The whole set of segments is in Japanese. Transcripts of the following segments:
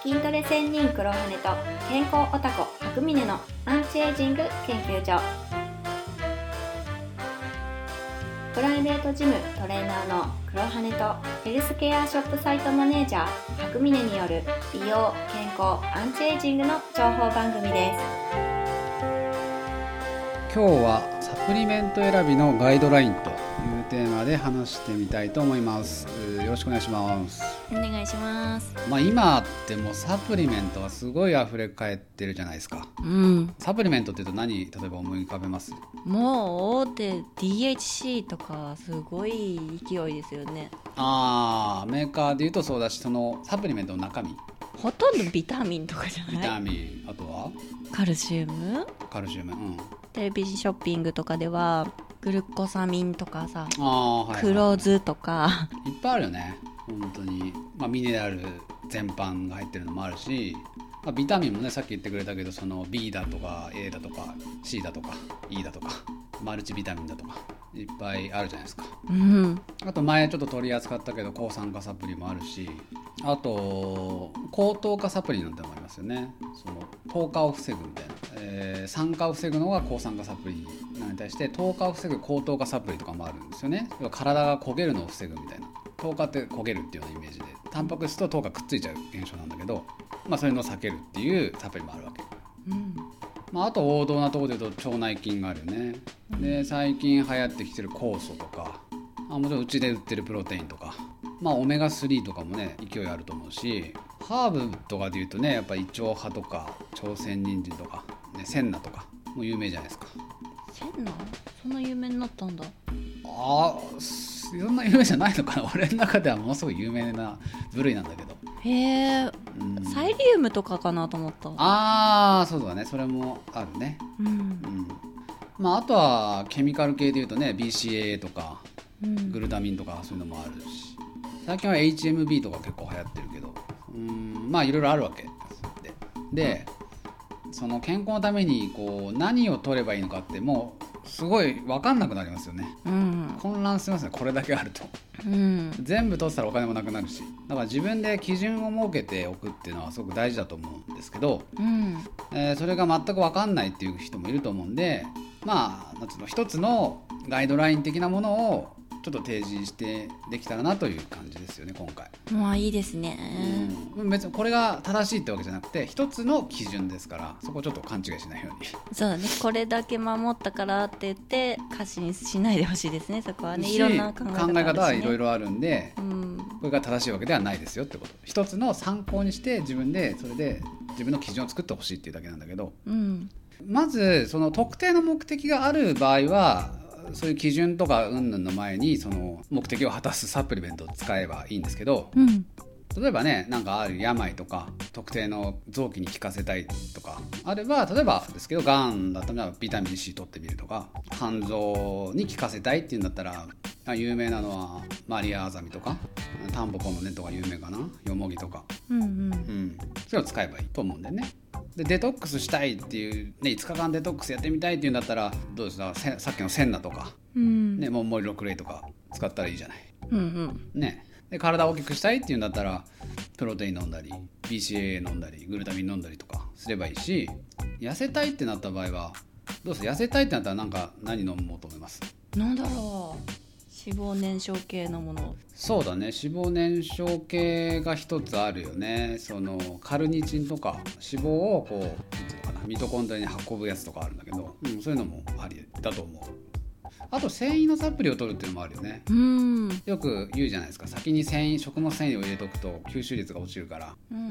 筋トレ仙人黒羽と健康オタコ白峰のアンチエイジング研究所。プライベートジムトレーナーの黒羽とヘルスケアショップサイトマネージャー白峰による美容・健康・アンチエイジングの情報番組です。 今日はサプリメント選びのガイドラインというテーマで話してみたいと思います。よろしくお願いします。 お願いします。 今ってもうサプリメントがすごい溢れ返ってるじゃないですか。サプリメントって言うと何、例えば思い浮かべます？ もう大手 DHC とかすごい勢いですよね。 メーカーで言うとそうだし、そのサプリメントの中身、 ほとんどビタミンとかじゃない？ ビタミン、あとはカルシウム、テレビショッピングとかではグルコサミンとかさ、黒酢とかいっぱいあるよね本当に。ミネラル全般が入ってるのもあるし、ビタミンもね、さっき言ってくれたけど、その B だとか A だとか C だとか E だとかマルチビタミンだとかいっぱいあるじゃないですか。あと前ちょっと取り扱ったけど抗酸化サプリもあるし、あと高糖化サプリなんてのもありますよね。その糖化を防ぐみたいな、酸化を防ぐのが抗酸化サプリなのに対して、糖化を防ぐ高糖化サプリとかもあるんですよね。体が焦げるのを防ぐみたいな。糖化って焦げるっていうようなイメージで、タンパク質と糖がくっついちゃう現象なんだけど、そういうのを避けるっていうサプリもあるわけ。あと王道なところで言うと腸内菌があるよね。で最近流行ってきてる酵素とか、もちろんうちで売ってるプロテインとか、オメガ3とかもね勢いあると思うし、ハーブとかで言うとね、やっぱりイチョウ派とか朝鮮人参とか、センナとかも有名じゃないですか。 センナ？そんな有名になったんだ。 そんな有名じゃないのかな。俺の中ではものすごい有名な部類なんだけど。 へえ、サイリウムとかかなと思った。 そうだね、それもあるね。あとはケミカル系でいうとね、 BCAA とか、グルタミンとかそういうのもあるし、最近は HMB とか結構流行ってるけど、いろいろあるわけで、その健康のために何を取ればいいのかってもうすごい分かんなくなりますよね。混乱しますね、これだけあると。全部取ってたらお金もなくなるし、だから自分で基準を設けておくっていうのはすごく大事だと思うんですけど、それが全く分かんないっていう人もいると思うんで、一つのガイドライン的なものをちょっと提示してできたらなという感じですよね、今回。 いいですね。 別にこれが正しいってわけじゃなくて、一つの基準ですから、そこをちょっと勘違いしないように。 そうだね、これだけ守ったからって言って過信しないでほしいですね。そこはね、いろんな考え方あるしね、 考え方はいろいろあるんで、これが正しいわけではないですよってこと。一つの参考にして自分でそれで自分の基準を作ってほしいっていうだけなんだけど、まずその特定の目的がある場合は、そういう基準とか云々の前にその目的を果たすサプリメントを使えばいいんですけど、例えばね、ある病とか特定の臓器に効かせたいとかあれば、例えばですけど、がんだったらビタミン C 取ってみるとか、肝臓に効かせたいっていうんだったら、有名なのはマリアアザミとかタンポポの根とか有名かな、ヨモギとか、それを使えばいいと思うんだよね。でデトックスしたいっていう、5日間デトックスやってみたいっていうんだったら、どうですか、さっきのセンナとか、モンモリロクレイとか使ったらいいじゃない。で体を大きくしたいっていうんだったら、プロテイン飲んだり BCAA 飲んだりグルタミン飲んだりとかすればいいし、痩せたいってなった場合はどうですか。痩せたいってなったら何飲もうと思います？ なんだろう、脂肪燃焼系のもの。 そうだね、脂肪燃焼系が一つあるよね。そのカルニチンとか脂肪をなんていうのかな、ミトコンドリアに運ぶやつとかあるんだけど、そういうのもありだと思う。あと繊維のサプリを取るっていうのもあるよね。よく言うじゃないですか、先に食物繊維を入れとくと吸収率が落ちるから、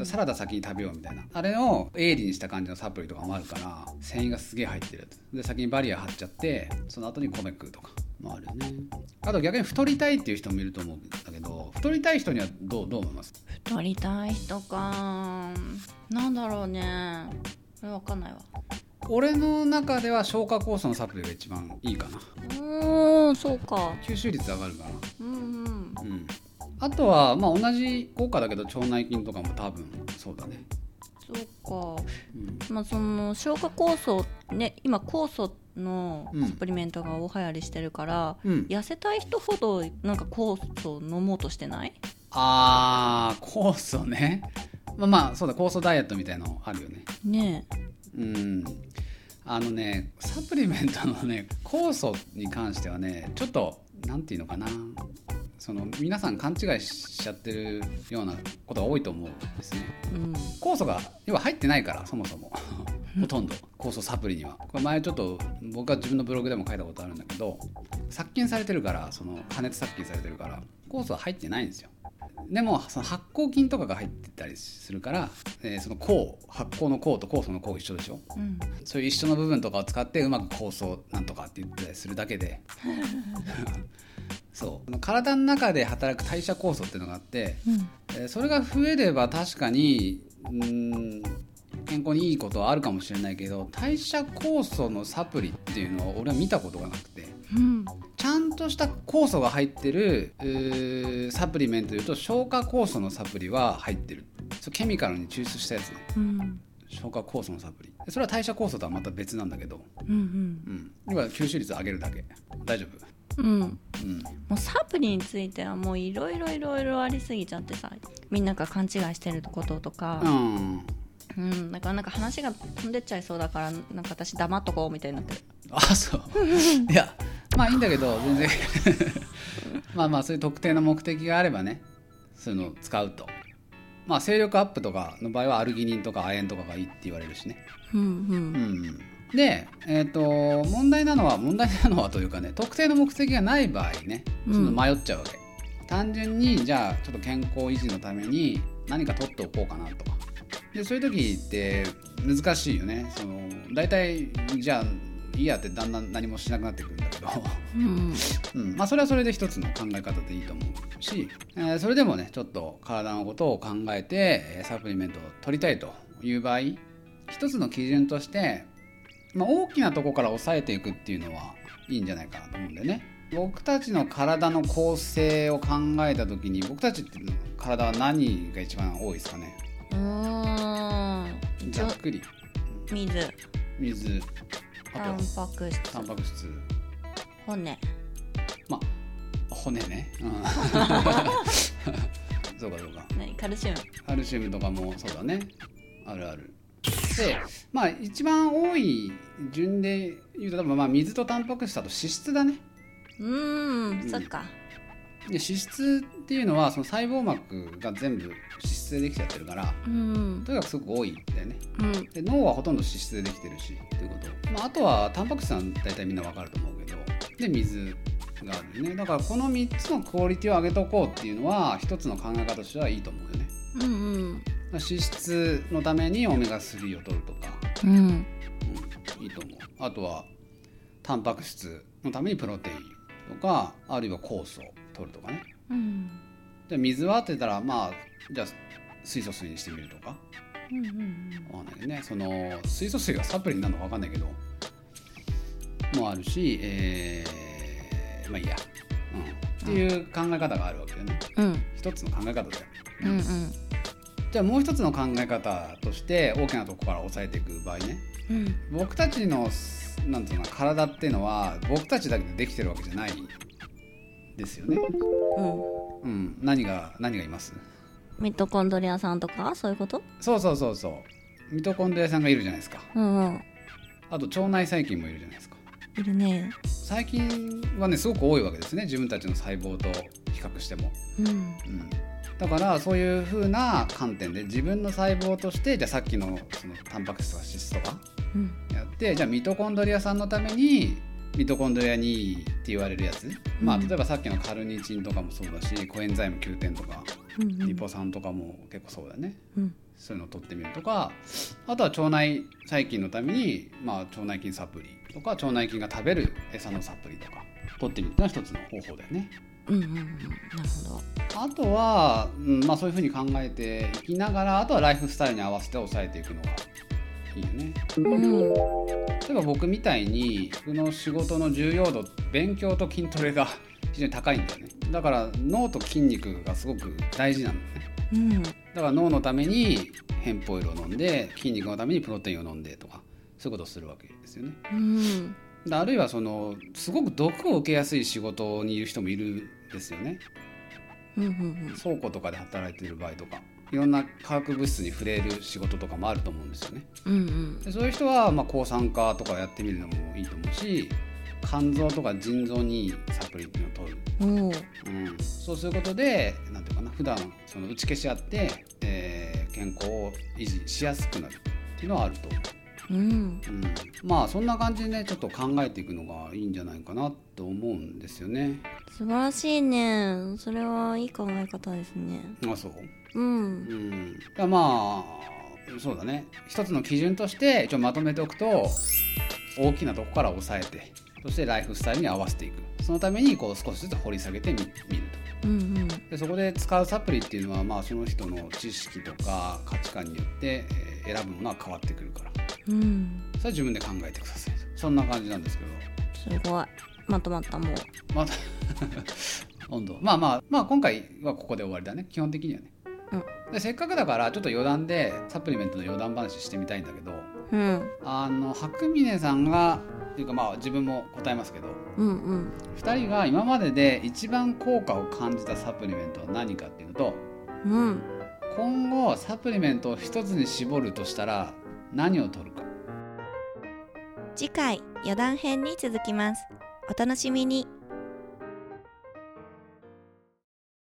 サラダ先に食べようみたいな、あれを鋭利にした感じのサプリとかもあるから、繊維がすげえ入ってるやつで、先にバリア張っちゃってその後に米食うとかもあるよね。あと逆に太りたいっていう人もいると思うんだけど、太りたい人にはどう思います？ 太りたい人か、なんだろうね、これ分かんないわ。 俺の中では消化酵素のサプリが一番いいかな。 そうか、 吸収率上がるから。あとは同じ効果だけど腸内菌とかも多分そうだね。 そうか、その消化酵素ね、今酵素のサプリメントが大流行りしてるから、痩せたい人ほど酵素飲もうとしてない？ 酵素ね。 まあそうだ、酵素ダイエットみたいのあるよね。 ねえ。サプリメントのね酵素に関してはね、ちょっとなんていうのかな、皆さん勘違いしちゃってるようなことが多いと思うんですね。酵素が要は入ってないから、そもそもほとんど酵素サプリには。これ前ちょっと僕は自分のブログでも書いたことあるんだけど、殺菌されてるから、加熱殺菌されてるから酵素は入ってないんですよ。でも発酵菌とかが入ってたりするから、発酵の酵と酵素の酵一緒でしょ、そういう一緒の部分とかを使ってうまく酵素なんとかって言ったりするだけでそう体の中で働く代謝酵素っていうのがあって、それが増えれば確かに健康にいいことはあるかもしれないけど、代謝酵素のサプリっていうのを俺は見たことがなくて、ちゃんとした酵素が入ってるサプリメントでいうと消化酵素のサプリは入ってる。ケミカルに抽出したやつね、消化酵素のサプリ。それは代謝酵素とはまた別なんだけど、要は吸収率上げるだけ。大丈夫？ もうサプリについてはもういろいろありすぎちゃってさ、みんなが勘違いしてることとか、なんか話が飛んでっちゃいそうだから、なんか私黙っとこうみたいになってる。 あ、そういやまあいいんだけど全然まあそういう特定の目的があればね、そういうのを使うと、勢力アップとかの場合はアルギニンとか亜鉛とかがいいって言われるしね。で、問題なのはというかね、特定の目的がない場合ね、迷っちゃうわけ。単純にじゃあちょっと健康維持のために何か取っておこうかなとか。でそういう時って難しいよね。だいたいじゃあいいやってだんだん何もしなくなってくるんだけど、それはそれで一つの考え方でいいと思うし、それでもねちょっと体のことを考えてサプリメントを取りたいという場合、一つの基準として、大きなところから抑えていくっていうのはいいんじゃないかなと思うんだよね。僕たちの体の構成を考えた時に、僕たちって体は何が一番多いですかね。ざっくり水、 タンパク質、骨ね、そうかカルシウムとかもそうだね、ある。で一番多い順で言うと多分水とタンパク質だと脂質だね。 そっか。 で脂質っていうのはその細胞膜が全部脂質でできちゃってるから、とにかくすごく多いんだよね。で脳はほとんど脂質でできてるしということ、あとはタンパク質は大体みんな分かると思うけど、で水があるよね。だからこの3つのクオリティを上げとこうっていうのは一つの考え方としてはいいと思うよね。脂質のためにオメガ3を取るとか、いいと思う。あとはタンパク質のためにプロテインとか、あるいは酵素を取るとかね。で水はって言ったらじゃあ水素水にしてみるとか、わかんないね。水素水がサプリになるのか分かんないけどもあるし、いいや、っていう考え方があるわけよね。一つの考え方だよ。じゃあもう一つの考え方として大きなところから抑えていく場合ね、僕たちのなんていうの体っていうのは僕たちだけでできてるわけじゃないですよね。何がいます？ ミトコンドリアさんとかそういうこと？そうミトコンドリアさんがいるじゃないですか。あと腸内細菌もいるじゃないですか。 いるね。 細菌はねすごく多いわけですね、自分たちの細胞と比較しても。だからそういう風な観点で自分の細胞として、じゃあさっきのそのタンパク質とか脂質とかやって、じゃあミトコンドリアさんのためにミトコンドリア2って言われるやつ、例えばさっきのカルニチンとかもそうだし、コエンザイム9点とか、リポ酸とかも結構そうだね。そういうのを取ってみるとか、あとは腸内細菌のために、腸内菌サプリとか、腸内菌が食べる餌のサプリとか取ってみるのが一つの方法だよね。 なるほど。 あとは、そういうふうに考えていきながら、あとはライフスタイルに合わせて抑えていくのがいいよね。例えば僕みたいに僕の仕事の重要度、勉強と筋トレが非常に高いんだよね。だから脳と筋肉がすごく大事なんだよね。だから脳のためにヘンプオイルを飲んで、筋肉のためにプロテインを飲んでとか、そういうことをするわけですよね。あるいはすごく毒を受けやすい仕事にいる人もいるんですよね。倉庫とかで働いている場合とか、 いろんな化学物質に触れる仕事とかもあると思うんですよね、 うんうん、 でそういう人は抗酸化とかやってみるのもいいと思うし、肝臓とか腎臓にいいサプリっていうのを取る、そうすることでなんていうかな、普段その打ち消し合って、健康を維持しやすくなるっていうのはあると思う。そんな感じでねちょっと考えていくのがいいんじゃないかなと思うんですよね。 素晴らしいね。それはいい考え方ですね。 そう、そうだね、一つの基準として一応まとめておくと、大きなとこから抑えて、そしてライフスタイルに合わせていく、そのために少しずつ掘り下げてみると、でそこで使うサプリっていうのは、その人の知識とか価値観によって、選ぶものは変わってくるから、それは自分で考えてください。そんな感じなんですけど。すごいまとまった。もう本当今回はここで終わりだね、基本的にはね。でせっかくだからちょっと余談でサプリメントの余談話してみたいんだけど、白峰さんがっていうか自分も答えますけど、2人が今までで一番効果を感じたサプリメントは何かっていうと、今後サプリメントを一つに絞るとしたら何を取るか。 次回余談編に続きます。お楽しみに。